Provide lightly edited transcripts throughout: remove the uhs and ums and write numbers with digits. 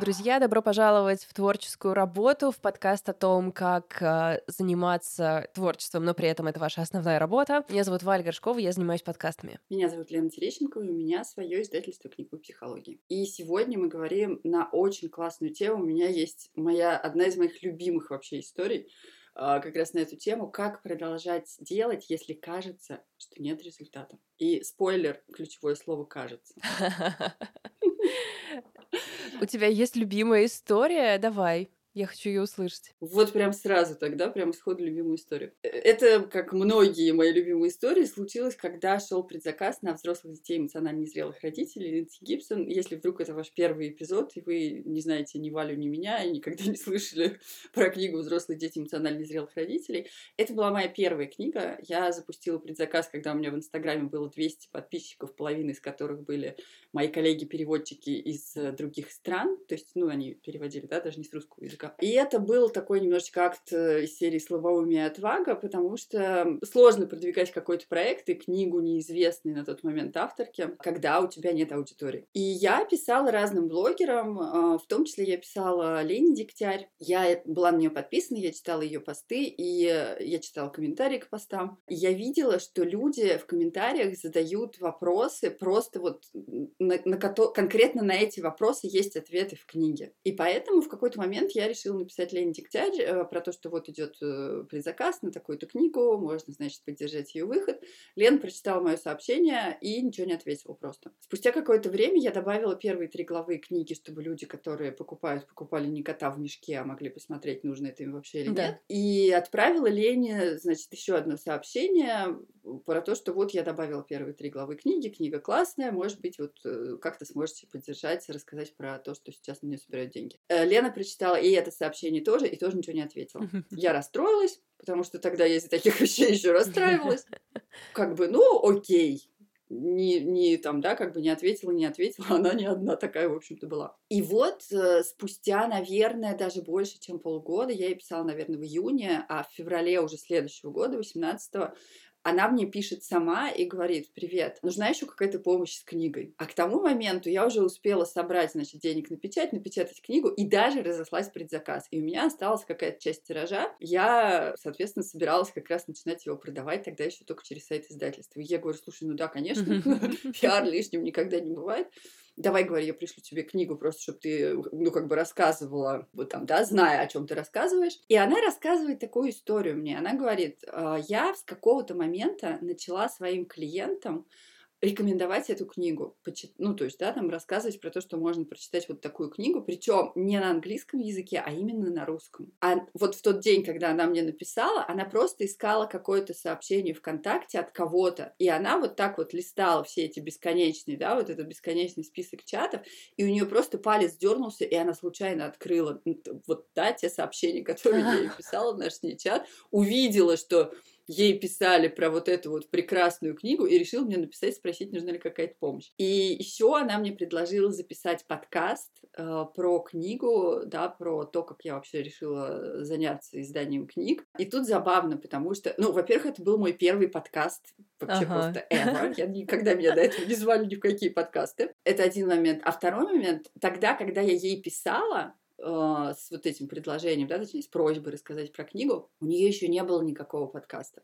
Друзья, добро пожаловать в творческую работу, в подкаст о том, как заниматься творчеством, но при этом это ваша основная работа. Меня зовут Валя Горшкова, я занимаюсь подкастами. Меня зовут Лена Терещенкова, и у меня свое издательство «Книг по психологии». И сегодня мы говорим на очень классную тему. У меня есть одна из моих любимых вообще историй как раз на эту тему, как продолжать делать, если кажется, что нет результата. И спойлер, ключевое слово «кажется». У тебя есть любимая история? Давай, я хочу ее услышать. Вот прям сразу тогда, прям сходу любимую историю. Это, как многие мои любимые истории, случилось, когда шел предзаказ на взрослых детей эмоционально незрелых родителей Линдси Гибсон. Если вдруг это ваш первый эпизод, и вы не знаете ни Валю, ни меня, и никогда не слышали про книгу «Взрослые дети эмоционально незрелых родителей», это была моя первая книга. Я запустила предзаказ, когда у меня в Инстаграме было 200 подписчиков, половина из которых были мои коллеги-переводчики из других стран. То есть, они переводили, да, даже не с русского языка. И это был такой немножечко акт из серии «Слабоумие и отвага», потому что сложно продвигать какой-то проект и книгу неизвестной на тот момент авторки, когда у тебя нет аудитории. И я писала разным блогерам, в том числе я писала Лене Дегтярь. Я была на нее подписана, я читала ее посты, и я читала комментарии к постам. И я видела, что люди в комментариях задают вопросы, просто вот конкретно на эти вопросы есть ответы в книге. И поэтому в какой-то момент я решила написать Лене Дегтярь про то, что вот идет предзаказ на такую-то книгу, можно, значит, поддержать ее выход. Лена прочитала мое сообщение и ничего не ответила просто. Спустя какое-то время я добавила первые 3 главы книги, чтобы люди, которые покупали не кота в мешке, а могли посмотреть, нужно это им вообще или нет. И отправила Лене, значит, еще одно сообщение про то, что вот я добавила первые 3 главы книги, книга классная, может быть, вот как-то сможете поддержать, рассказать про то, что сейчас на нее собирают деньги. Лена прочитала и это сообщение тоже, и тоже ничего не ответила. Я расстроилась, потому что тогда я из-за таких вещей еще расстраивалась. Окей. Не там, да, не ответила, она не одна такая, в общем-то, была. И вот спустя, наверное, даже больше, чем полгода, я ей писала, наверное, в июне, а в феврале уже следующего года, 18-го, она мне пишет сама и говорит: «Привет, нужна еще какая-то помощь с книгой». А к тому моменту я уже успела собрать, значит, денег на печать, напечатать книгу и даже разослать предзаказ. И у меня осталась какая-то часть тиража. Я, соответственно, собиралась как раз начинать его продавать, тогда еще только через сайт издательства. И я говорю: слушай, да, конечно, пиар лишним никогда не бывает. Давай, говорю, я пришлю тебе книгу просто, чтобы ты, рассказывала, вот там, да, зная, о чем ты рассказываешь. И она рассказывает такую историю мне. Она говорит: я с какого-то момента начала своим клиентам рекомендовать эту книгу. То есть, да, там рассказывать про то, что можно прочитать вот такую книгу, причем не на английском языке, а именно на русском. А вот в тот день, когда она мне написала, она просто искала какое-то сообщение ВКонтакте от кого-то, и она вот так вот листала все эти бесконечные, да, вот этот бесконечный список чатов, и у нее просто палец дернулся, и она случайно открыла вот, да, те сообщения, которые я ей писала в наш с ней чат, увидела, что ей писали про вот эту вот прекрасную книгу и решила мне написать, спросить, нужна ли какая-то помощь. И еще она мне предложила записать подкаст про книгу, да, про то, как я вообще решила заняться изданием книг. И тут забавно, потому что, во-первых, это был мой первый подкаст вообще просто ever. Я никогда меня до этого не звали ни в какие подкасты. Это один момент. А второй момент, тогда, когда я ей писала, с вот этим предложением, да, точнее, с просьбой рассказать про книгу, у нее еще не было никакого подкаста.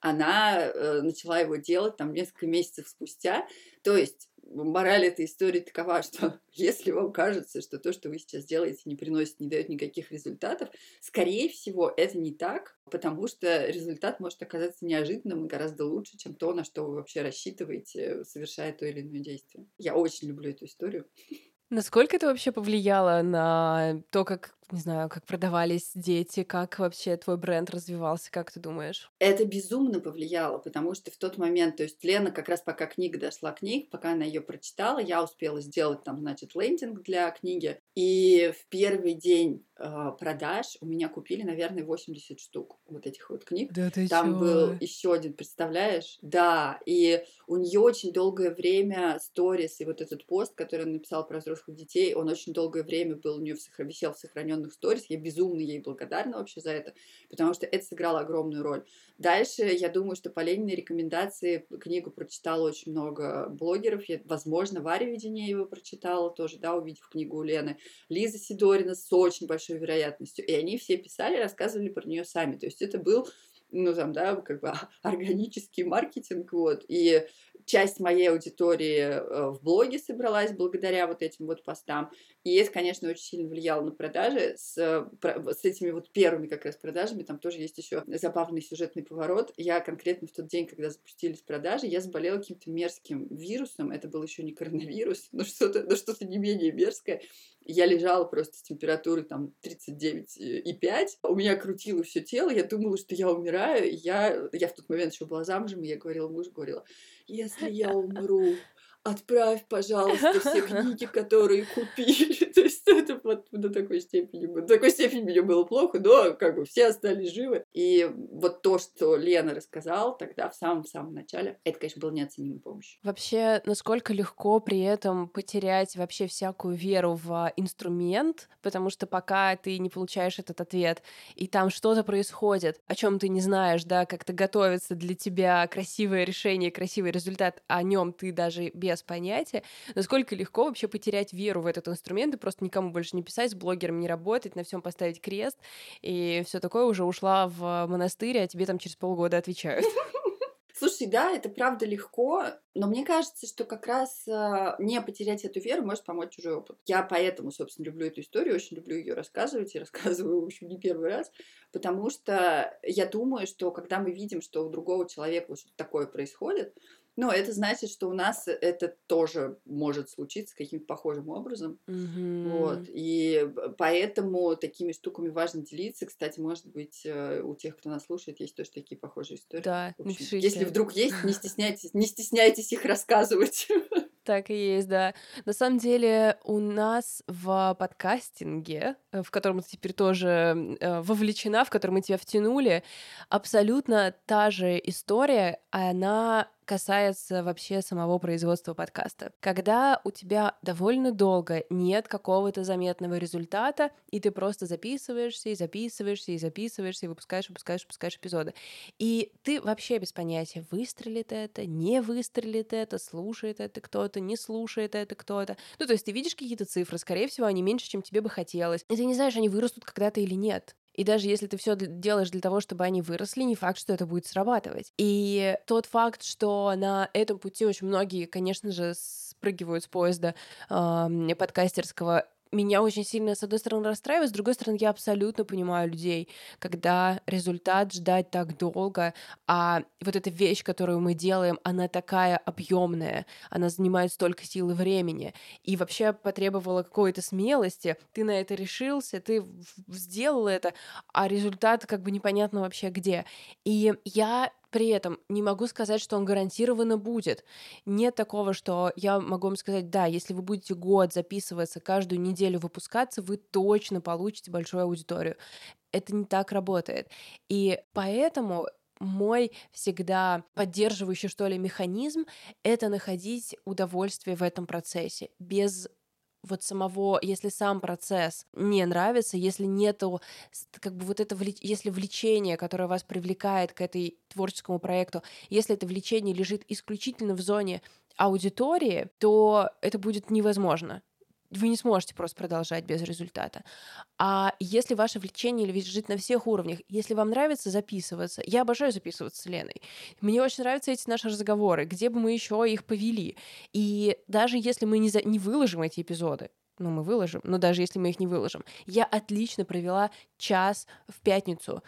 Она начала его делать там несколько месяцев спустя. То есть мораль этой истории такова, что если вам кажется, что то, что вы сейчас делаете, не дает никаких результатов, скорее всего, это не так, потому что результат может оказаться неожиданным и гораздо лучше, чем то, на что вы вообще рассчитываете, совершая то или иное действие. Я очень люблю эту историю. Насколько это вообще повлияло на то, как, не знаю, как продавались дети, как вообще твой бренд развивался, как ты думаешь? Это безумно повлияло, потому что в тот момент, то есть Лена как раз пока книга дошла к ней, пока она ее прочитала, я успела сделать там, значит, лендинг для книги. И в первый день продаж у меня купили, наверное, 80 штук вот этих вот книг. Да ты Там был чё? еще один, представляешь? Да, и у нее очень долгое время сторис и вот этот пост, который он написал про взрослых детей, он очень долгое время был у нее висел в сохраненном определенных сторис. Я безумно ей благодарна вообще за это, потому что это сыграло огромную роль. Дальше, я думаю, что по Лениной рекомендации книгу прочитало очень много блогеров. Возможно, Варя Веденеева прочитала тоже, да, увидев книгу у Лены. Лиза Сидорина с очень большой вероятностью. И они все писали, рассказывали про нее сами. То есть это был, ну, там, да, как бы органический маркетинг, вот. И часть моей аудитории в блоге собралась благодаря вот этим вот постам. И это, конечно, очень сильно влияло на продажи. С этими вот первыми как раз продажами там тоже есть еще забавный сюжетный поворот. Я конкретно в тот день, когда запустились продажи, я заболела каким-то мерзким вирусом. Это был еще не коронавирус, но что-то не менее мерзкое. Я лежала просто с температурой там 39,5. У меня крутило все тело, я думала, что я умираю. Я в тот момент еще была замужем, и я говорила мужу, говорила: если я умру, отправь, пожалуйста, все книги, которые купили. То есть это вот до такой степени мне было плохо, но как бы все остались живы. И вот то, что Лена рассказала тогда в самом-самом начале, это, конечно, было неоценимой помощью. Вообще, насколько легко при этом потерять вообще всякую веру в инструмент, потому что пока ты не получаешь этот ответ, и там что-то происходит, о чем ты не знаешь, да, как-то готовится для тебя красивое решение, красивый результат, о нем ты даже без понятия, насколько легко вообще потерять веру в этот инструмент и просто никому больше не писать, с блогером не работать, на всем поставить крест, и все такое, уже ушла в монастырь, а тебе там через полгода отвечают. Слушай, да, это правда легко, но мне кажется, что как раз не потерять эту веру может помочь чужой опыт. Я поэтому, собственно, люблю эту историю, очень люблю ее рассказывать и рассказываю, в общем, не первый раз, потому что я думаю, что когда мы видим, что у другого человека вот что-то такое происходит, ну, это значит, что у нас это тоже может случиться каким-то похожим образом. Вот. И поэтому такими штуками важно делиться. Кстати, может быть, у тех, кто нас слушает, есть тоже такие похожие истории. Да, В общем, напишите. если вдруг есть, не стесняйтесь их рассказывать. Так и есть, да. На самом деле у нас в подкастинге, в котором ты теперь тоже вовлечена, в который мы тебя втянули, абсолютно та же история, она касается вообще самого производства подкаста. Когда у тебя довольно долго нет какого-то заметного результата, и ты просто записываешься, и записываешься, и записываешься, и выпускаешь эпизоды. И ты вообще без понятия, выстрелит это, не выстрелит это, слушает это кто-то, не слушает это кто-то. Ну, то есть ты видишь какие-то цифры, скорее всего, они меньше, чем тебе бы хотелось. И ты не знаешь, они вырастут когда-то или нет. И даже если ты все делаешь для того, чтобы они выросли, не факт, что это будет срабатывать. И тот факт, что на этом пути очень многие, конечно же, спрыгивают с поезда подкастерского, меня очень сильно, с одной стороны, расстраивает, с другой стороны, я абсолютно понимаю людей, когда результат ждать так долго, а вот эта вещь, которую мы делаем, она такая объемная, она занимает столько сил и времени, и вообще потребовала какой-то смелости, ты на это решился, ты сделал это, а результат как бы непонятно вообще где. И я при этом не могу сказать, что он гарантированно будет. Нет такого, что я могу вам сказать: да, если вы будете год записываться, каждую неделю выпускаться, вы точно получите большую аудиторию. Это не так работает. И поэтому мой всегда поддерживающий, что ли, механизм — это находить удовольствие в этом процессе, без вот самого, если сам процесс не нравится, если нету как бы вот это если влечение, которое вас привлекает к этой творческому проекту, если это влечение лежит исключительно в зоне аудитории, то это будет невозможно. Вы не сможете просто продолжать без результата. А если ваше влечение лежит на всех уровнях, если вам нравится записываться, я обожаю записываться с Леной, мне очень нравятся эти наши разговоры, где бы мы еще их повели. И даже если мы не выложим эти эпизоды, ну, мы выложим, но даже если мы их не выложим, я отлично провела час в пятницу.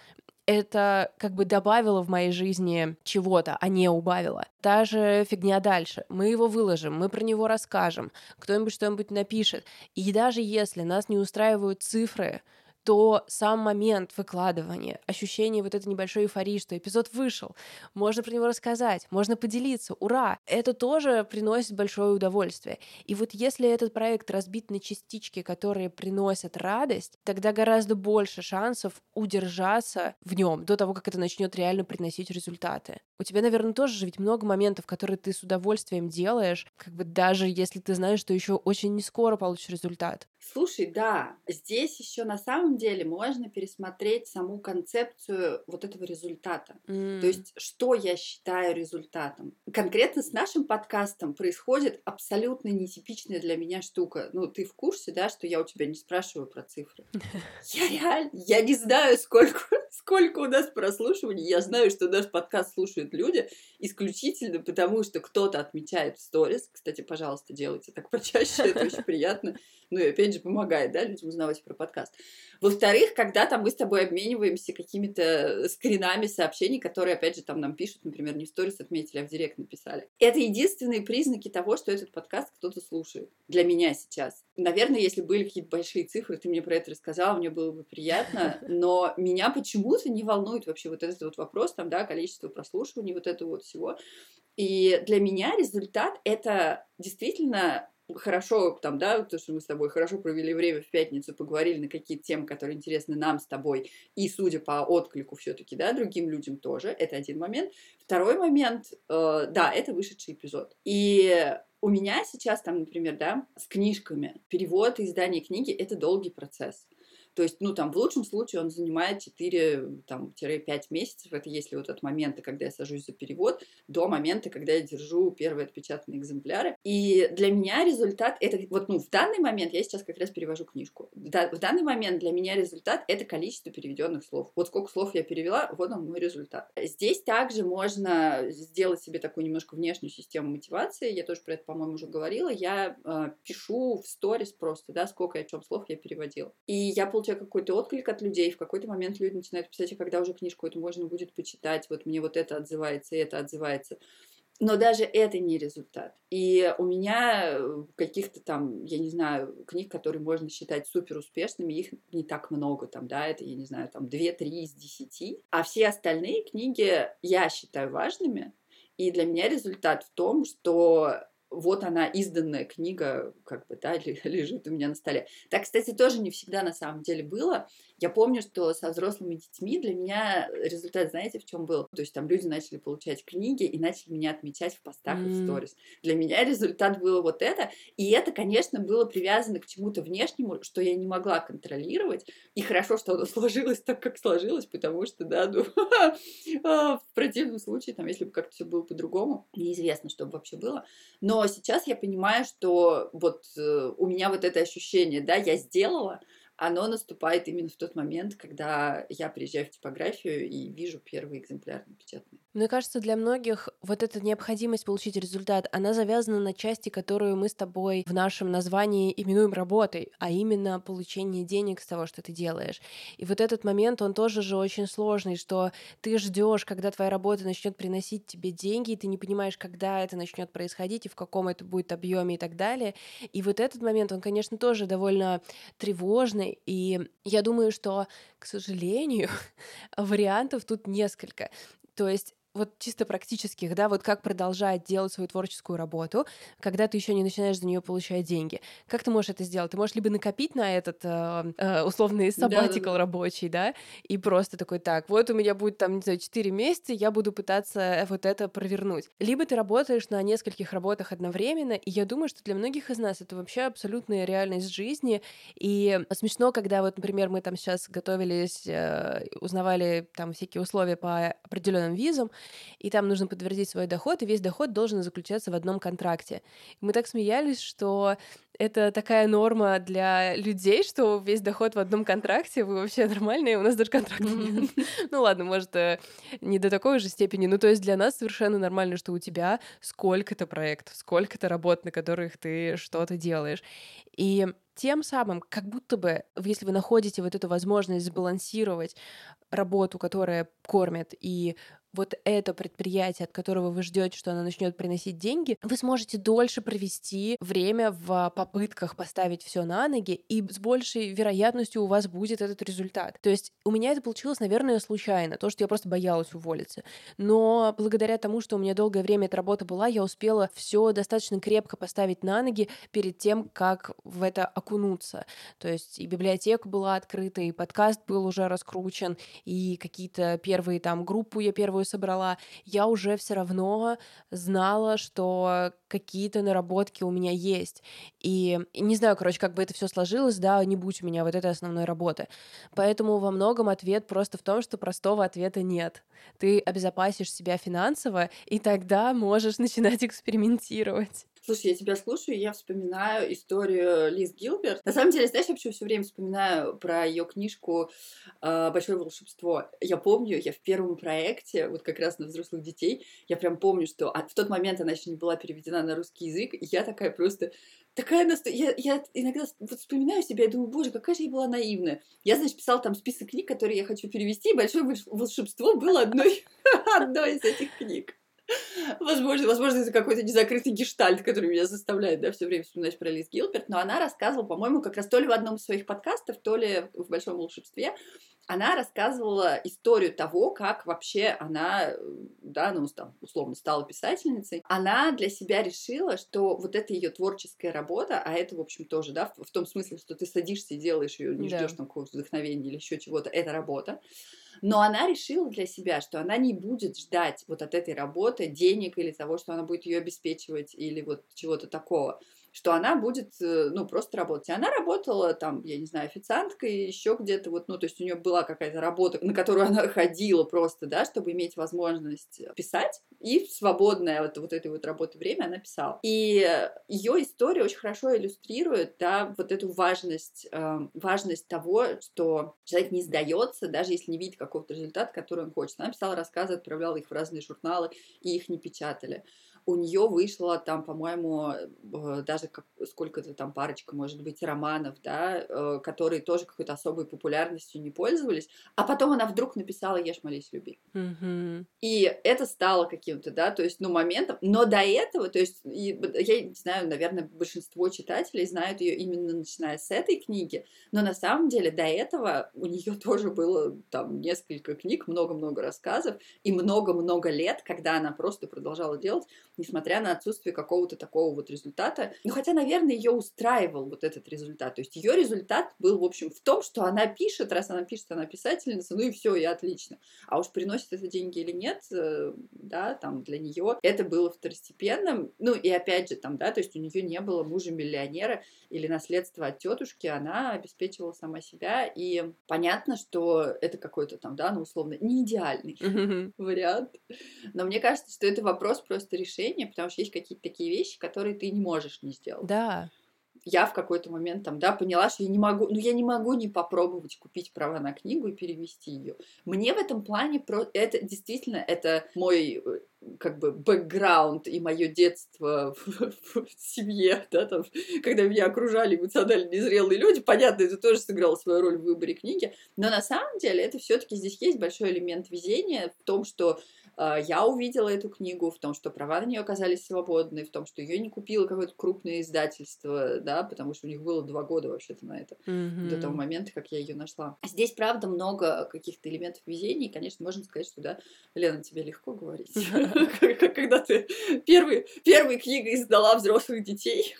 Это как бы добавило в моей жизни чего-то, а не убавило. Та же фигня дальше. Мы его выложим, мы про него расскажем, кто-нибудь что-нибудь напишет. И даже если нас не устраивают цифры, то сам момент выкладывания, ощущение вот этой небольшой эйфории, что эпизод вышел, можно про него рассказать, можно поделиться, ура! Это тоже приносит большое удовольствие. И вот если этот проект разбит на частички, которые приносят радость, тогда гораздо больше шансов удержаться в нем до того, как это начнет реально приносить результаты. У тебя, наверное, тоже же ведь много моментов, которые ты с удовольствием делаешь, как бы даже если ты знаешь, что еще очень не скоро получишь результат. Слушай, да, здесь еще на самом самом деле можно пересмотреть саму концепцию вот этого результата. То есть, что я считаю результатом. Конкретно с нашим подкастом происходит абсолютно нетипичная для меня штука. Ну, ты в курсе, да, что я у тебя не спрашиваю про цифры? Я не знаю, сколько у нас прослушиваний. Я знаю, что наш подкаст слушают люди исключительно потому, что кто-то отмечает в сторис. Кстати, пожалуйста, делайте так почаще, это очень приятно. Ну и опять же помогает, да, людям узнавать про подкаст. Во-вторых, когда там мы с тобой обмениваемся какими-то скринами сообщений, которые, опять же, там нам пишут, например, не в сторис отметили, а в директ написали. Это единственные признаки того, что этот подкаст кто-то слушает. Для меня сейчас. Наверное, если были какие-то большие цифры, ты мне про это рассказала, мне было бы приятно, но меня почему-то не волнует вообще вот этот вот вопрос, там, да, количество прослушиваний, вот этого вот всего. И для меня результат — это действительно хорошо, там, да, то, что мы с тобой хорошо провели время в пятницу, поговорили на какие-то темы, которые интересны нам с тобой, и, судя по отклику, все-таки, да, другим людям тоже. Это один момент. Второй момент, да, это вышедший эпизод. И у меня сейчас там, например, да, с книжками, перевод и издание книги — это долгий процесс. То есть, ну, там, в лучшем случае он занимает 4-5 месяцев. Это если вот от момента, когда я сажусь за перевод, до момента, когда я держу первые отпечатанные экземпляры. И для меня результат — это вот, ну, в данный момент, я сейчас как раз перевожу книжку. В данный момент для меня результат — это количество переведенных слов. Вот сколько слов я перевела, вот он мой результат. Здесь также можно сделать себе такую немножко внешнюю систему мотивации. Я тоже про это, по-моему, уже говорила. Я пишу в сторис просто, да, сколько и о чем слов я переводила. И я получаю какой-то отклик от людей, в какой-то момент люди начинают писать, а когда уже книжку эту можно будет почитать, вот мне вот это отзывается, и это отзывается. Но даже это не результат. И у меня каких-то там, я не знаю, книг, которые можно считать супер успешными, их не так много, там, да, это, я не знаю, там 2-3 из 10. А все остальные книги я считаю важными. И для меня результат в том, что вот она, изданная книга, как бы, да, лежит у меня на столе. Так, кстати, тоже не всегда на самом деле было. Я помню, что со взрослыми детьми для меня результат, знаете, в чем был? То есть там люди начали получать книги и начали меня отмечать в постах и в сторис. Для меня результат было вот это. И это, конечно, было привязано к чему-то внешнему, что я не могла контролировать. И хорошо, что оно сложилось так, как сложилось, потому что, да, ну, в противном случае, там, если бы как-то все было по-другому, неизвестно, что бы вообще было. Но сейчас я понимаю, что вот у меня вот это ощущение, да, я сделала, оно наступает именно в тот момент, когда я приезжаю в типографию и вижу первый экземпляр напечатанный. Мне кажется, для многих вот эта необходимость получить результат, она завязана на части, которую мы с тобой в нашем названии именуем работой, а именно получение денег с того, что ты делаешь. И вот этот момент, он тоже же очень сложный, что ты ждешь, когда твоя работа начнет приносить тебе деньги, и ты не понимаешь, когда это начнет происходить и в каком это будет объеме и так далее. И вот этот момент, он, конечно, тоже довольно тревожный. И я думаю, что, к сожалению, вариантов тут несколько. То есть вот чисто практических, да, вот как продолжать делать свою творческую работу, когда ты еще не начинаешь за нее получать деньги. Как ты можешь это сделать? Ты можешь либо накопить на этот условный sabbatical рабочий, да, и просто такой, так, вот у меня будет там, не знаю, 4 месяца, я буду пытаться вот это провернуть. Либо ты работаешь на нескольких работах одновременно, и я думаю, что для многих из нас это вообще абсолютная реальность жизни. И смешно, когда вот, например, мы там сейчас готовились, узнавали там всякие условия по определенным визам, и там нужно подтвердить свой доход, и весь доход должен заключаться в одном контракте. И мы так смеялись, что это такая норма для людей, что весь доход в одном контракте, вы вообще нормальные, у нас даже контракта нет. Ну ладно, может, не до такой же степени, ну то есть для нас совершенно нормально, что у тебя сколько-то проектов, сколько-то работ, на которых ты что-то делаешь. И тем самым, как будто бы, если вы находите вот эту возможность сбалансировать работу, которая кормит, и вот это предприятие, от которого вы ждете, что оно начнет приносить деньги, вы сможете дольше провести время в попытках поставить все на ноги, и с большей вероятностью у вас будет этот результат. То есть у меня это получилось, наверное, случайно, то, что я просто боялась уволиться. Но благодаря тому, что у меня долгое время эта работа была, я успела все достаточно крепко поставить на ноги перед тем, как в это окунуться. То есть и библиотека была открыта, и подкаст был уже раскручен, и какие-то первые там группу я первую которую собрала, я уже все равно знала, что какие-то наработки у меня есть. И не знаю, короче, как бы это все сложилось, да, не будь у меня вот этой основной работы. Поэтому во многом ответ просто в том, что простого ответа нет. Ты обезопасишь себя финансово, и тогда можешь начинать экспериментировать. Слушай, я тебя слушаю, и я вспоминаю историю Лиз Гилберт. На самом деле, знаешь, я почему все время вспоминаю про ее книжку «Большое волшебство». Я помню, я в первом проекте, вот как раз на взрослых детей, я прям помню, что в тот момент она еще не была переведена на русский язык, и я такая просто... Я иногда вот вспоминаю себя и думаю, боже, какая же я была наивная. Я, значит, писала там список книг, которые я хочу перевести, и «Большое волшебство» было одной из этих книг. Возможно, это какой-то незакрытый гештальт, который меня заставляет, да, все время вспоминать про Лиз Гилберт, но она рассказывала, по-моему, как раз то ли в одном из своих подкастов, то ли в «Большом волшебстве», она рассказывала историю того, как вообще она, да, ну, там, условно, стала писательницей. Она для себя решила, что вот эта ее творческая работа, а это, в общем, тоже, да, в том смысле, что ты садишься и делаешь ее, не ждешь там какого-то вдохновения или еще чего-то, это работа. Но она решила для себя, что она не будет ждать вот от этой работы денег или того, что она будет ее обеспечивать или вот чего-то такого, что она будет, ну, просто работать. И она работала там, я не знаю, официанткой, еще где-то вот, ну, то есть у нее была какая-то работа, на которую она ходила просто, да, чтобы иметь возможность писать, и в свободное вот этой вот работы время она писала. И ее история очень хорошо иллюстрирует, да, вот эту важность того, что человек не сдается, даже если не видит какого-то результата, который он хочет. Она писала рассказы, отправляла их в разные журналы, и их не печатали. У нее вышло там, по-моему, даже сколько-то там парочка, может быть, романов, да, которые тоже какой-то особой популярностью не пользовались. А потом она вдруг написала «Ешь, молись, люби». Мгм. И это стало каким-то, да, то есть, ну, моментом. Но до этого, то есть, я не знаю, наверное, большинство читателей знают ее именно начиная с этой книги, но на самом деле до этого у нее тоже было там несколько книг, много-много рассказов и много-много лет, когда она просто продолжала делать, несмотря на отсутствие какого-то такого вот результата. Ну, хотя, наверное, ее устраивал вот этот результат. То есть ее результат был, в общем, в том, что она пишет, раз она пишет, она писательница, ну и все, и отлично. А уж приносит это деньги или нет, да, там для нее это было второстепенным. Ну и опять же, там, да, то есть у нее не было мужа-миллионера или наследства от тетушки, она обеспечивала сама себя. И понятно, что это какой-то там, да, ну условно, не идеальный вариант. Но мне кажется, что это вопрос просто решения, потому что есть какие-то такие вещи, которые ты не можешь не сделать. Да. Я в какой-то момент там, да, поняла, что я не могу не попробовать купить права на книгу и перевести ее. Мне в этом плане это действительно, это мой как бы бэкграунд и мое детство в семье, да, там, когда меня окружали эмоционально незрелые люди, понятно, это тоже сыграло свою роль в выборе книги, но на самом деле это все-таки здесь есть большой элемент везения в том, что я увидела эту книгу, в том, что права на нее оказались свободны, в том, что ее не купило какое-то крупное издательство, да, потому что у них было 2 года вообще-то на это, до того момента, как я ее нашла. Здесь, правда, много каких-то элементов везения, и, конечно, можно сказать, что, да, Лена, тебе легко говорить, когда ты первой книгой издала взрослых детей,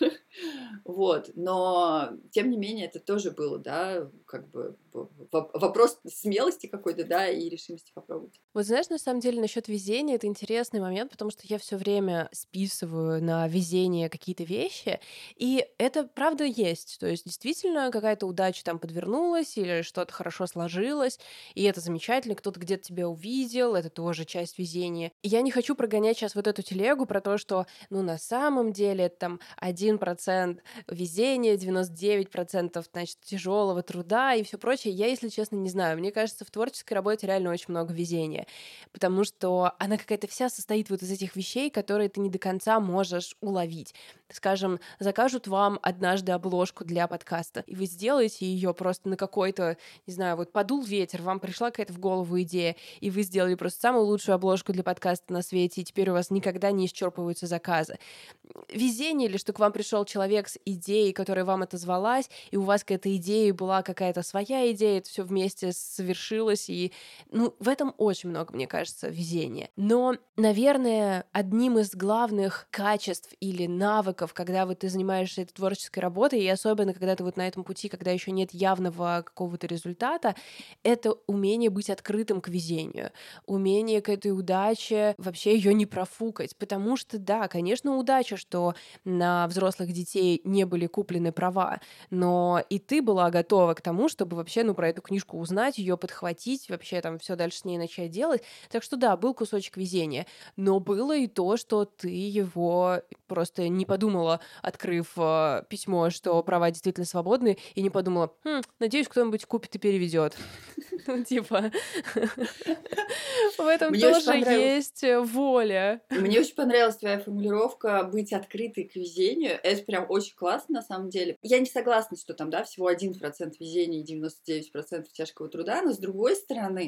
вот, но, тем не менее, это тоже было, да, как бы вопрос смелости какой-то, да, и решимости попробовать. Вот знаешь, на самом деле, насчет везения это интересный момент, потому что я все время списываю на везение какие-то вещи, и это правда есть. То есть действительно какая-то удача там подвернулась или что-то хорошо сложилось, и это замечательно, кто-то где-то тебя увидел, это тоже часть везения. И я не хочу прогонять сейчас вот эту телегу про то, что, ну, на самом деле это там 1% везения, 99%, значит, тяжелого труда и все прочее. Я, если честно, не знаю. Мне кажется, в творческой работе реально очень много везения, потому что она какая-то вся состоит вот из этих вещей, которые ты не до конца можешь уловить. Скажем, закажут вам однажды обложку для подкаста, и вы сделаете ее просто на какой-то, не знаю, вот подул ветер, вам пришла какая-то в голову идея, и вы сделали просто самую лучшую обложку для подкаста на свете, и теперь у вас никогда не исчерпываются заказы. Везение или что к вам пришел человек с идеей, которая вам отозвалась, и у вас к этой идее была какая-то своя идея, это все вместе совершилось, и, ну, в этом очень много, мне кажется, везения. Но, наверное, одним из главных качеств или навыков, когда вот ты занимаешься этой творческой работой, и особенно когда ты вот на этом пути, когда еще нет явного какого-то результата, это умение быть открытым к везению, умение к этой удаче вообще ее не профукать, потому что, да, конечно, удача, что на взрослых детей не были куплены права, но и ты была готова к тому, чтобы вообще, ну, про эту книжку узнать, ее подхватить, вообще там все дальше с ней начать делать. Так что да, был кусочек везения, но было и то, что ты его просто не подумала, открыв письмо, что права действительно свободны, и не подумала, надеюсь, кто-нибудь купит и переведет. Ну, типа, в этом Мне очень тоже понравилось. есть воля. Мне очень понравилась твоя формулировка «быть открытой к везению». Это прям очень классно, на самом деле. Я не согласна, что там, да, всего 1% везения и 99% тяжкого труда, но с другой стороны,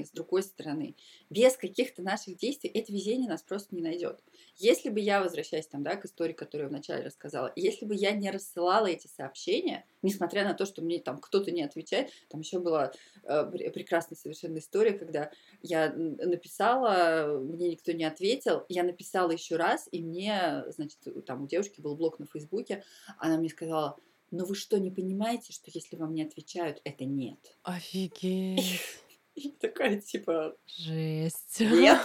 без каких-то наших действий это везение нас просто не найдет. Если бы я, возвращаясь там, да, к истории, которую я вначале рассказала, если бы я не рассылала эти сообщения, несмотря на то, что мне там кто-то не отвечает, там еще была прекрасная совершенно история, когда я написала, мне никто не ответил, я написала еще раз, и мне, значит, там у девушки был блог на Фейсбуке, она мне сказала: ну вы что, не понимаете, что если вам не отвечают, это нет? Офигеть. И такая, типа, Жесть. нет.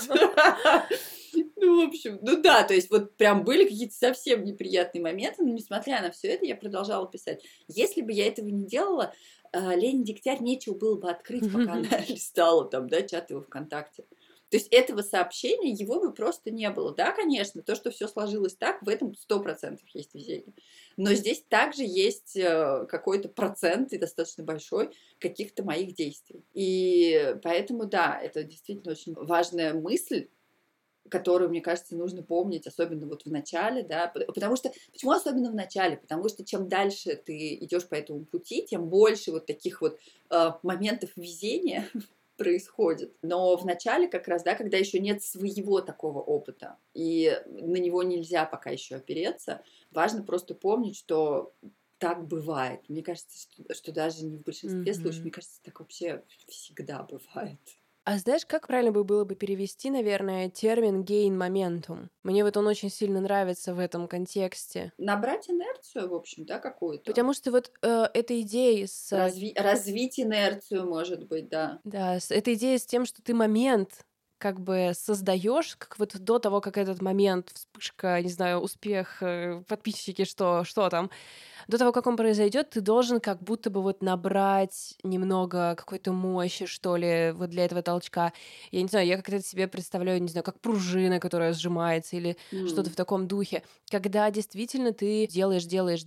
Ну, в общем, ну да, то есть вот прям были какие-то совсем неприятные моменты, но несмотря на все это, я продолжала писать. Если бы я этого не делала, Лене Дегтярь нечего было бы открыть, пока она листала там, да, чат его ВКонтакте. То есть этого сообщения, его бы просто не было. Да, конечно, то, что все сложилось так, в этом 100% есть везение. Но здесь также есть какой-то процент, и достаточно большой, каких-то моих действий. И поэтому, да, это действительно очень важная мысль, которую, мне кажется, нужно помнить, особенно вот в начале, да, потому что, почему особенно в начале? Потому что чем дальше ты идешь по этому пути, тем больше вот таких вот моментов везения происходит. Но в начале как раз, да, когда еще нет своего такого опыта, и на него нельзя пока еще опереться, важно просто помнить, что так бывает. Мне кажется, что даже не в большинстве случаев, мне кажется, так вообще всегда бывает. А знаешь, как правильно было бы перевести, наверное, термин gain momentum? Мне вот он очень сильно нравится в этом контексте. Набрать инерцию, в общем, да, какую-то. Потому что вот эта идея с... Развить инерцию, может быть, да. Да, эта идея с тем, что ты момент как бы создаешь, как вот до того, как этот момент, вспышка, не знаю, успех, подписчики, что там, до того, как он произойдет, ты должен как будто бы вот набрать немного какой-то мощи, что ли, вот для этого толчка. Я не знаю, я как-то себе представляю, не знаю, как пружина, которая сжимается, или что-то в таком духе. Когда действительно ты делаешь,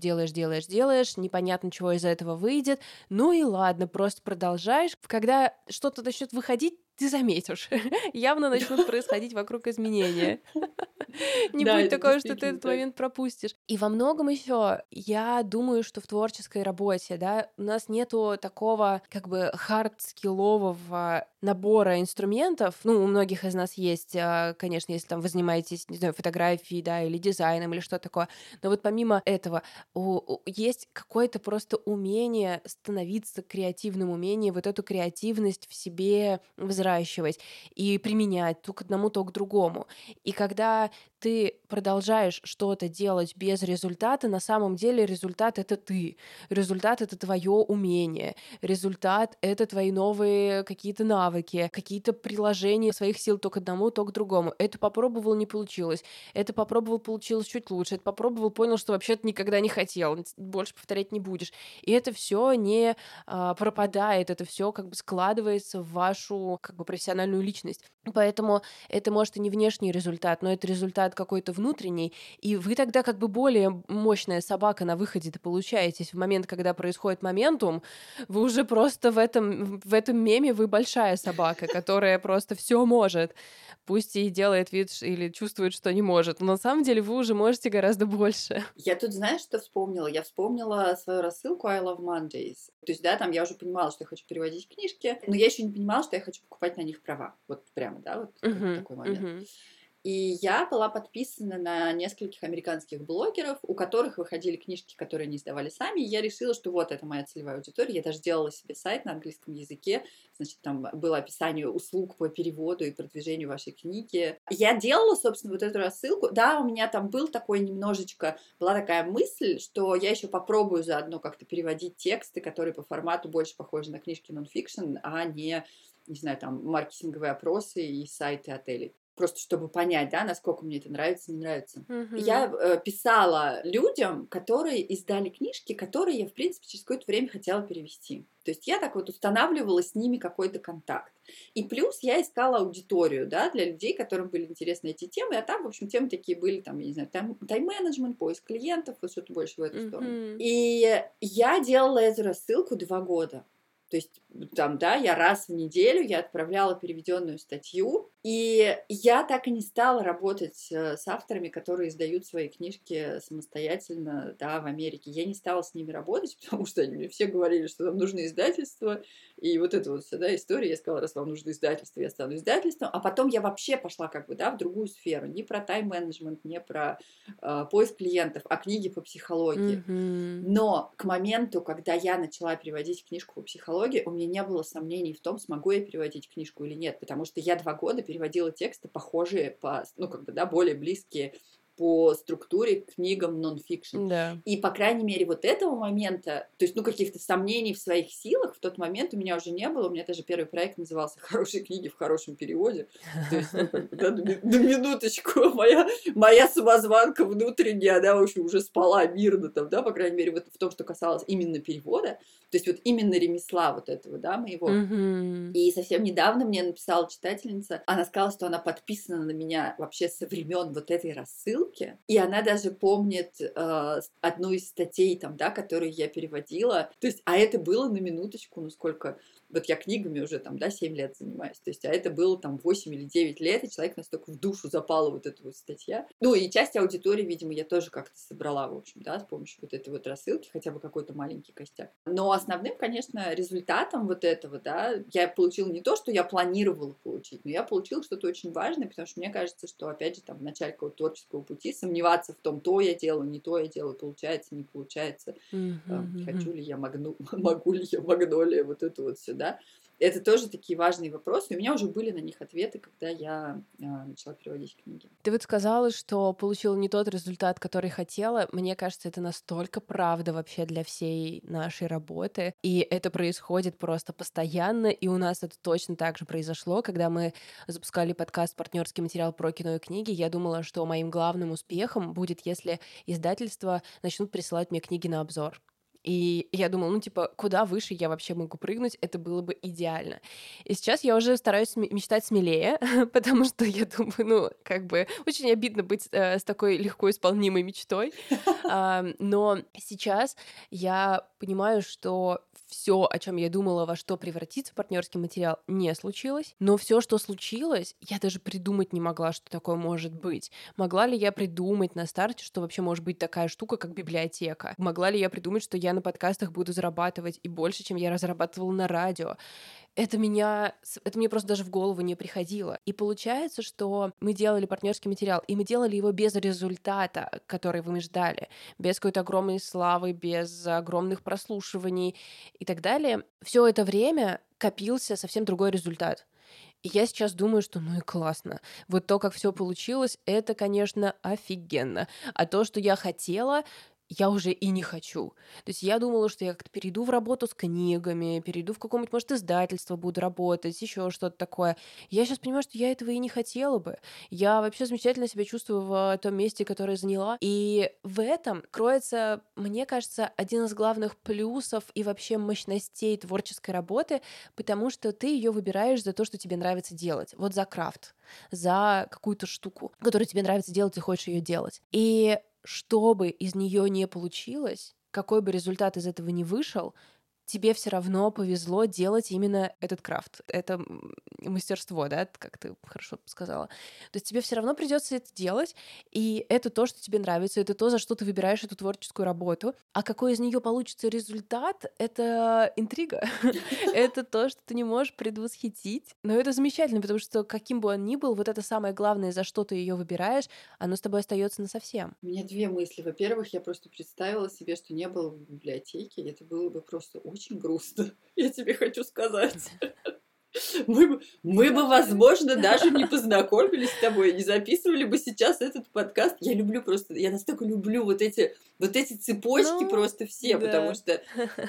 непонятно, чего из этого выйдет, ну и ладно, просто продолжаешь. Когда что-то начнет выходить, ты заметишь. Явно начнут происходить вокруг изменения. Не Да, будет это такое, что ты действительно этот так. момент пропустишь. И во многом еще я думаю, что в творческой работе, да, у нас нету такого как бы хард-скиллового набора инструментов. Ну, у многих из нас есть, конечно, если там вы занимаетесь, не знаю, фотографией, да, или дизайном, или что такое. Но вот помимо этого есть какое-то просто умение становиться креативным, умение вот эту креативность в себе взращивать и применять то к одному, то к другому. И когда ты продолжаешь что-то делать без результата, на самом деле результат — это ты. Результат — это твое умение. Результат — это твои новые какие-то навыки, какие-то приложения своих сил то к одному, то к другому. Это попробовал, не получилось. Это попробовал, получилось чуть лучше. Это попробовал, понял, что вообще-то никогда не хотел. Больше повторять не будешь. И это все не пропадает, это все как бы складывается в вашу как бы профессиональную личность. Поэтому это может и не внешний результат, но это результат какой-то внутренний, и вы тогда как бы более мощная собака на выходе-то получаетесь. В момент, когда происходит моментум, вы уже просто в этом меме вы большая собака, которая просто все может. Пусть и делает вид или чувствует, что не может, но на самом деле вы уже можете гораздо больше. Я тут, знаешь, что вспомнила? Я вспомнила свою рассылку I Love Mondays. То есть, да, там я уже понимала, что я хочу переводить книжки, но я еще не понимала, что я хочу покупать на них права. Вот прямо, да, вот такой момент. И я была подписана на нескольких американских блогеров, у которых выходили книжки, которые они издавали сами. И я решила, что вот это моя целевая аудитория. Я даже делала себе сайт на английском языке. Значит, там было описание услуг по переводу и продвижению вашей книги. Я делала, собственно, вот эту рассылку. Да, у меня там был такой немножечко, была такая мысль, что я еще попробую заодно как-то переводить тексты, которые по формату больше похожи на книжки нон-фикшн, а не знаю, там, маркетинговые опросы и сайты отелей. Просто чтобы понять, да, насколько мне это нравится, не нравится. Я писала людям, которые издали книжки, которые я, в принципе, через какое-то время хотела перевести. То есть я так вот устанавливала с ними какой-то контакт. И плюс я искала аудиторию, да, для людей, которым были интересны эти темы, а там, в общем, темы такие были, там, я не знаю, тайм-менеджмент, поиск клиентов, вот что-то больше в эту сторону. И я делала эту рассылку 2 года. То есть там, да, я раз в неделю я отправляла переведенную статью, и я так и не стала работать с авторами, которые издают свои книжки самостоятельно, да, в Америке. Я не стала с ними работать, потому что они мне все говорили, что нам нужно издательство, и вот эта вот вся, да, история. Я сказала, раз вам нужно издательство, я стану издательством. А потом я вообще пошла как бы, да, в другую сферу. Не про тайм-менеджмент, не про поиск клиентов, а книги по психологии. Но к моменту, когда я начала переводить книжку по психологии, у меня не было сомнений в том, смогу я переводить книжку или нет, потому что я 2 года переводила тексты, похожие ну, как бы, да, более близкие по структуре к книгам нон-фикшн. Да. И, по крайней мере, вот этого момента, то есть, ну, каких-то сомнений в своих силах в тот момент у меня уже не было. У меня даже первый проект назывался «Хорошие книги в хорошем переводе». То есть, ну, как бы, да, на минуточку, моя самозванка внутренняя, она, в общем, уже спала мирно там, да, по крайней мере, вот в том, что касалось именно перевода. То есть, вот именно ремесла вот этого, да, моего. И совсем недавно мне написала читательница, она сказала, что она подписана на меня вообще со времен вот этой рассылки, и она даже помнит одну из статей там, да, которую я переводила. То есть, а это было на минуточку, ну сколько... Вот я книгами уже там, да, 7 лет занимаюсь. То есть, а это было там 8 или 9 лет, и человек настолько в душу запала вот эта вот статья. Ну, и часть аудитории, видимо, я тоже как-то собрала, в общем, да, с помощью вот этой вот рассылки, хотя бы какой-то маленький костяк. Но основным, конечно, результатом вот этого, да, я получила не то, что я планировала получить, но я получила что-то очень важное, потому что мне кажется, что, опять же, там, в начале какого-то творческого пути сомневаться в том, то я делаю, не то я делаю, получается, не получается, хочу ли я, могу ли я магнолия, вот это вот все, да. Это тоже такие важные вопросы. И у меня уже были на них ответы, когда я начала переводить книги. Ты вот сказала, что получила не тот результат, который хотела. Мне кажется, это настолько правда вообще для всей нашей работы. И это происходит просто постоянно. И у нас это точно так же произошло, когда мы запускали подкаст «Партнерский материал про кино и книги». Я думала, что моим главным успехом будет, если издательства начнут присылать мне книги на обзор. И я думала, ну, типа, куда выше я вообще могу прыгнуть, это было бы идеально. И сейчас я уже стараюсь мечтать смелее, потому что я думаю, ну, как бы, очень обидно быть с такой легко исполнимой мечтой. Но сейчас я понимаю, что все, о чем я думала, во что превратится партнерский материал, не случилось. Но все, что случилось, я даже придумать не могла, что такое может быть. Могла ли я придумать на старте, что вообще может быть такая штука, как библиотека? Могла ли я придумать, что я на подкастах буду зарабатывать и больше, чем я разрабатывала на радио? Это мне просто даже в голову не приходило. И получается, что мы делали партнерский материал, и мы делали его без результата, который мы ждали, без какой-то огромной славы, без огромных прослушиваний и так далее. Все это время копился совсем другой результат. И я сейчас думаю, что ну и классно. Вот то, как все получилось, это, конечно, офигенно. А то, что я хотела, я уже и не хочу. То есть я думала, что я как-то перейду в работу с книгами, перейду в какое-нибудь, может, издательство буду работать, еще что-то такое. Я сейчас понимаю, что я этого и не хотела бы. Я вообще замечательно себя чувствую в том месте, которое заняла. И в этом кроется, мне кажется, один из главных плюсов и вообще мощностей творческой работы, потому что ты ее выбираешь за то, что тебе нравится делать. Вот за крафт, за какую-то штуку, которую тебе нравится делать, ты хочешь ее делать. И что бы из нее не получилось, какой бы результат из этого не вышел, тебе все равно повезло делать именно этот крафт, это мастерство, да, как ты хорошо сказала. То есть тебе все равно придется это делать, и это то, что тебе нравится, это то, за что ты выбираешь эту творческую работу. А какой из нее получится результат, это интрига. Это то, что ты не можешь предвосхитить. Но это замечательно, потому что каким бы он ни был, вот это самое главное, за что ты ее выбираешь, оно с тобой остается насовсем. У меня две мысли. Во-первых, я просто представила себе, что не было в библиотеке, и это было бы просто очень грустно. Я тебе хочу сказать. Мы бы, возможно, даже не познакомились с тобой, не записывали бы сейчас этот подкаст. Я люблю просто, я настолько люблю вот эти цепочки Ну, просто все, потому да. что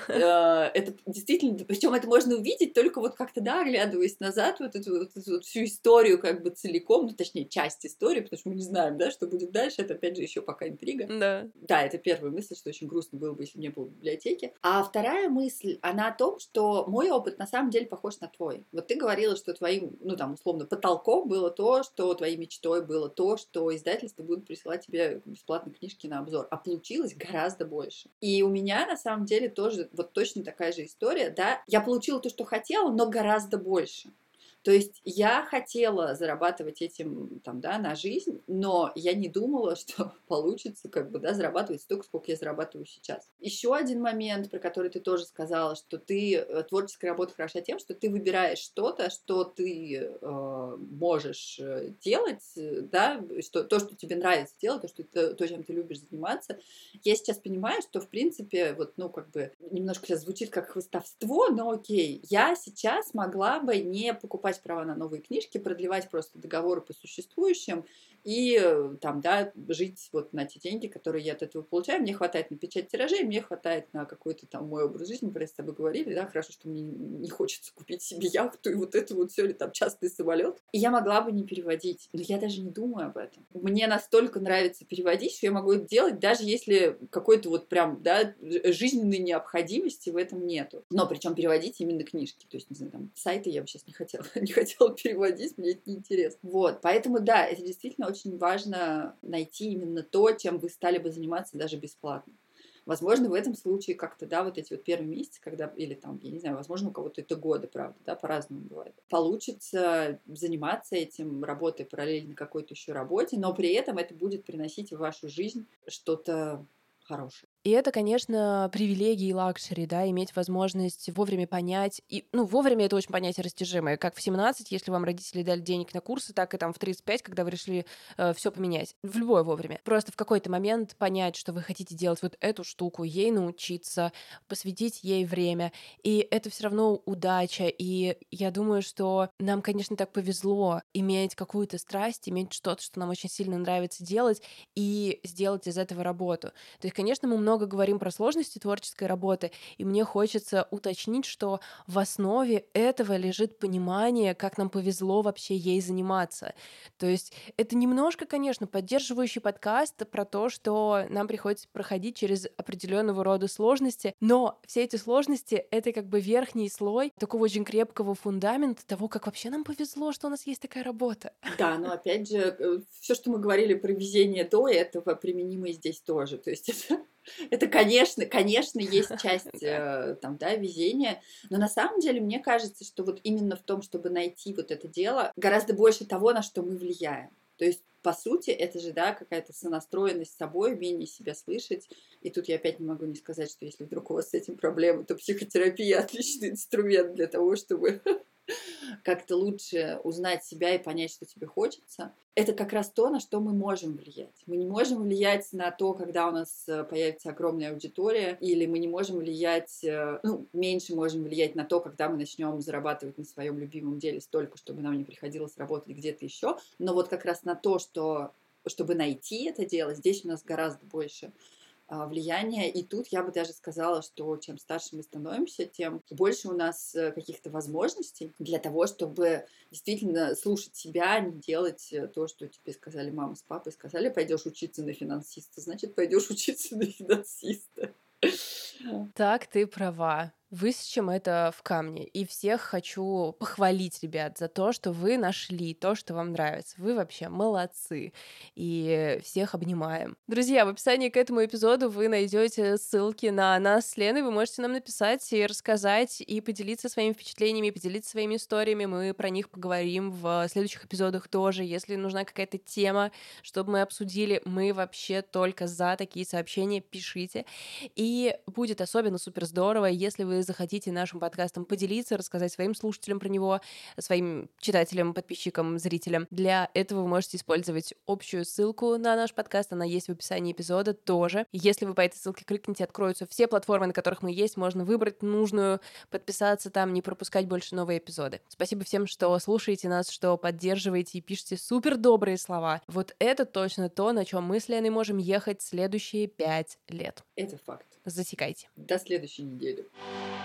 это действительно, причем это можно увидеть только вот как-то, да, оглядываясь назад, вот эту вот всю историю как бы целиком, ну, точнее, часть истории, потому что мы не знаем, да, что будет дальше, это, опять же, еще пока интрига. Да. Да, это первая мысль, что очень грустно было бы, если бы не было библиотеки. А вторая мысль, она о том, что мой опыт на самом деле похож на твой. Вот ты говорила, что твоим, ну там, условно, потолком было то, что твоей мечтой было то, что издательство будет присылать тебе бесплатно книжки на обзор. А получилось гораздо больше. И у меня, на самом деле, тоже вот точно такая же история, да. Я получила то, что хотела, но гораздо больше. То есть я хотела зарабатывать этим там, да, на жизнь, но я не думала, что получится как бы, да, зарабатывать столько, сколько я зарабатываю сейчас. Еще один момент, про который ты тоже сказала, что творческая работа хороша тем, что ты выбираешь что-то, что ты можешь делать, да, то, что тебе нравится делать, то, чем ты любишь заниматься. Я сейчас понимаю, что, в принципе, вот, ну, как бы, немножко сейчас звучит как хвастовство, но окей, я сейчас могла бы не покупать права на новые книжки, продлевать просто договоры по существующим и там, да, жить вот на те деньги, которые я от этого получаю. Мне хватает на печать тиражей, мне хватает на какой-то там мой образ жизни, мы про это с тобой говорили, да, хорошо, что мне не хочется купить себе яхту и вот это вот все, или там частный самолет. И я могла бы не переводить, но я даже не думаю об этом. Мне настолько нравится переводить, что я могу это делать, даже если какой-то вот прям, да, жизненной необходимости в этом нету. Но причем переводить именно книжки, то есть, не знаю, там, сайты я бы сейчас не хотела переводить, мне это неинтересно. Вот, поэтому, да, это действительно очень важно найти именно то, чем вы стали бы заниматься даже бесплатно. Возможно, в этом случае как-то, да, вот эти вот первые месяцы, когда, или там, я не знаю, возможно, у кого-то это годы, правда, да, по-разному бывает. Получится заниматься этим, работой параллельно какой-то еще работе, но при этом это будет приносить в вашу жизнь что-то хорошее. И это, конечно, привилегии и лакшери, да, иметь возможность вовремя понять. И, ну, вовремя это очень понятие растяжимое. Как в 17, если вам родители дали денег на курсы, так и там в 35, когда вы решили все поменять. В любое вовремя. Просто в какой-то момент понять, что вы хотите делать вот эту штуку, ей научиться, посвятить ей время. И это все равно удача. И я думаю, что нам, конечно, так повезло иметь какую-то страсть, иметь что-то, что нам очень сильно нравится делать, и сделать из этого работу. То есть, конечно, мы много говорим про сложности творческой работы, и мне хочется уточнить, что в основе этого лежит понимание, как нам повезло вообще ей заниматься. То есть это немножко, конечно, поддерживающий подкаст про то, что нам приходится проходить через определенного рода сложности, но все эти сложности — это как бы верхний слой такого очень крепкого фундамента того, как вообще нам повезло, что у нас есть такая работа. Да, но опять же, все, что мы говорили про везение до этого, применимо и здесь тоже. То есть это, конечно, есть часть там, да, везения, но на самом деле мне кажется, что вот именно в том, чтобы найти вот это дело, гораздо больше того, на что мы влияем. То есть, по сути, это же, да, какая-то сонастроенность с собой, умение себя слышать. И тут я опять не могу не сказать, что если вдруг у вас с этим проблемы, то психотерапия — отличный инструмент для того, чтобы как-то лучше узнать себя и понять, что тебе хочется. Это как раз то, на что мы можем влиять. Мы не можем влиять на то, когда у нас появится огромная аудитория, или мы не можем влиять, ну, меньше можем влиять на то, когда мы начнем зарабатывать на своем любимом деле столько, чтобы нам не приходилось работать где-то еще. Но вот как раз на то, что, чтобы найти это дело, здесь у нас гораздо больше влияние. И тут я бы даже сказала, что чем старше мы становимся, тем больше у нас каких-то возможностей для того, чтобы действительно слушать себя, не делать то, что тебе сказали мама с папой. Сказали, пойдешь учиться на финансиста, значит, пойдешь учиться на финансиста. Так, ты права. высечем это в камне. И всех хочу похвалить, ребят, за то, что вы нашли то, что вам нравится. Вы вообще молодцы. И всех обнимаем. Друзья, в описании к этому эпизоду вы найдете ссылки на нас с Леной. Вы можете нам написать и рассказать, и поделиться своими впечатлениями, поделиться своими историями. Мы про них поговорим в следующих эпизодах тоже. Если нужна какая-то тема, чтобы мы обсудили, мы вообще только за такие сообщения. Пишите. И будет особенно супер здорово, если вы захотите нашим подкастом поделиться, рассказать своим слушателям про него, своим читателям, подписчикам, зрителям. Для этого вы можете использовать общую ссылку на наш подкаст, она есть в описании эпизода тоже. Если вы по этой ссылке кликните, откроются все платформы, на которых мы есть, можно выбрать нужную, подписаться там, не пропускать больше новые эпизоды. Спасибо всем, что слушаете нас, что поддерживаете и пишете супер добрые слова. Вот это точно то, на чем мы с Леной можем ехать следующие 5 лет. Это факт. Засекайте. До следующей недели.